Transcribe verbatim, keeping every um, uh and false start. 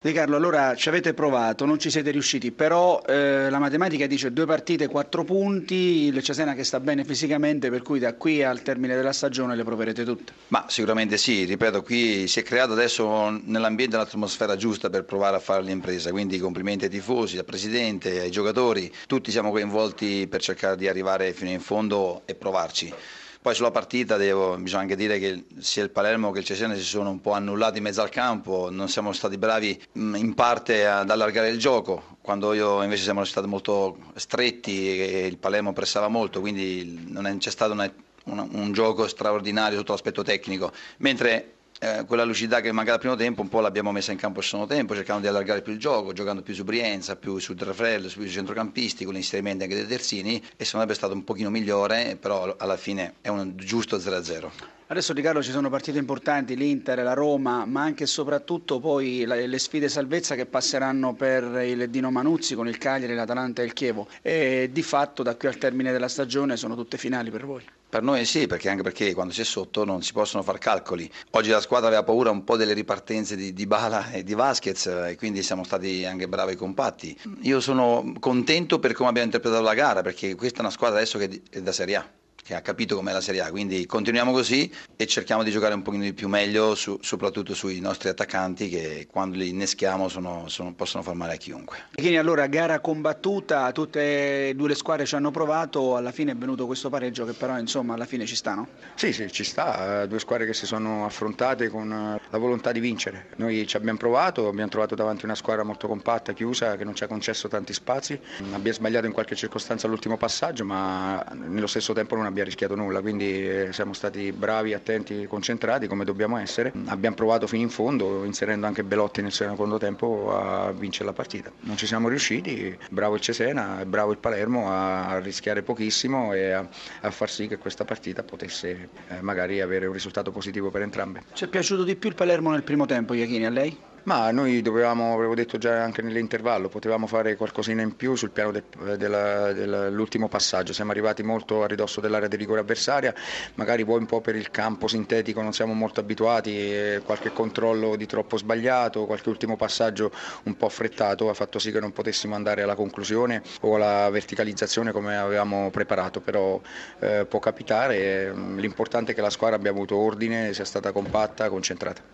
Di Carlo, allora ci avete provato, non ci siete riusciti, però eh, la matematica dice due partite, quattro punti, il Cesena che sta bene fisicamente, per cui da qui al termine della stagione le proverete tutte. Ma sicuramente sì, ripeto, qui si è creata adesso nell'ambiente un'atmosfera giusta per provare a fare l'impresa, quindi complimenti ai tifosi, al presidente, ai giocatori, tutti siamo coinvolti per cercare di arrivare fino in fondo e provarci. Poi sulla partita devo, bisogna anche dire che sia il Palermo che il Cesena si sono un po' annullati in mezzo al campo, non siamo stati bravi mh, in parte ad allargare il gioco, quando io invece siamo stati molto stretti e il Palermo pressava molto, quindi non è- c'è stato una- una- un gioco straordinario sotto l'aspetto tecnico, mentre eh, quella lucidità che mancava al primo tempo un po' l'abbiamo messa in campo al secondo tempo, cercando di allargare più il gioco, giocando più su Brienza, più su Terrafrello, più sui centrocampisti, con l'inserimento anche dei terzini e secondo me è stato un pochino migliore, però alla fine è un giusto zero a zero. Adesso Di Carlo ci sono partite importanti, l'Inter, la Roma, ma anche e soprattutto poi la- le sfide salvezza che passeranno per il Dino Manuzzi con il Cagliari, l'Atalanta e il Chievo e di fatto da qui al termine della stagione sono tutte finali per voi. Per noi sì, perché anche perché quando si è sotto non si possono far calcoli. Oggi la squadra aveva paura un po' delle ripartenze di Dybala e di Vasquez e quindi siamo stati anche bravi e compatti. Io sono contento per come abbiamo interpretato la gara, perché questa è una squadra adesso che è da Serie A, che ha capito com'è la Serie A, quindi continuiamo così e cerchiamo di giocare un pochino di più meglio, su- soprattutto sui nostri attaccanti che quando li inneschiamo sono- sono- possono far male a chiunque. Quindi allora gara combattuta, tutte e due le squadre ci hanno provato, alla fine è venuto questo pareggio che però insomma alla fine ci sta, no? Sì, sì, ci sta, eh, due squadre che si sono affrontate con eh, la volontà di vincere. Noi ci abbiamo provato, abbiamo trovato davanti una squadra molto compatta, chiusa, che non ci ha concesso tanti spazi. Abbiamo sbagliato in qualche circostanza all'ultimo passaggio, ma nello stesso tempo non abbiamo rischiato nulla, quindi eh, siamo stati bravi, attenti, concentrati come dobbiamo essere. Abbiamo provato fino in fondo, inserendo anche Belotti nel secondo tempo a vincere la partita. Non ci siamo riusciti, bravo il Cesena, bravo il Palermo a rischiare pochissimo e a, a far sì che questa partita potesse eh, magari avere un risultato positivo per entrambe. Ci è piaciuto di più il Palermo nel primo tempo, Iachini, a lei? Ma noi dovevamo, avevo detto già anche nell'intervallo, potevamo fare qualcosina in più sul piano de- della- dell'ultimo passaggio, siamo arrivati molto a ridosso dell'area di rigore avversaria, magari poi un po' per il campo sintetico non siamo molto abituati, e qualche controllo di troppo sbagliato, qualche ultimo passaggio un po' affrettato ha fatto sì che non potessimo andare alla conclusione o alla verticalizzazione come avevamo preparato, però eh, può capitare, l'importante è che la squadra abbia avuto ordine, sia stata compatta, concentrata.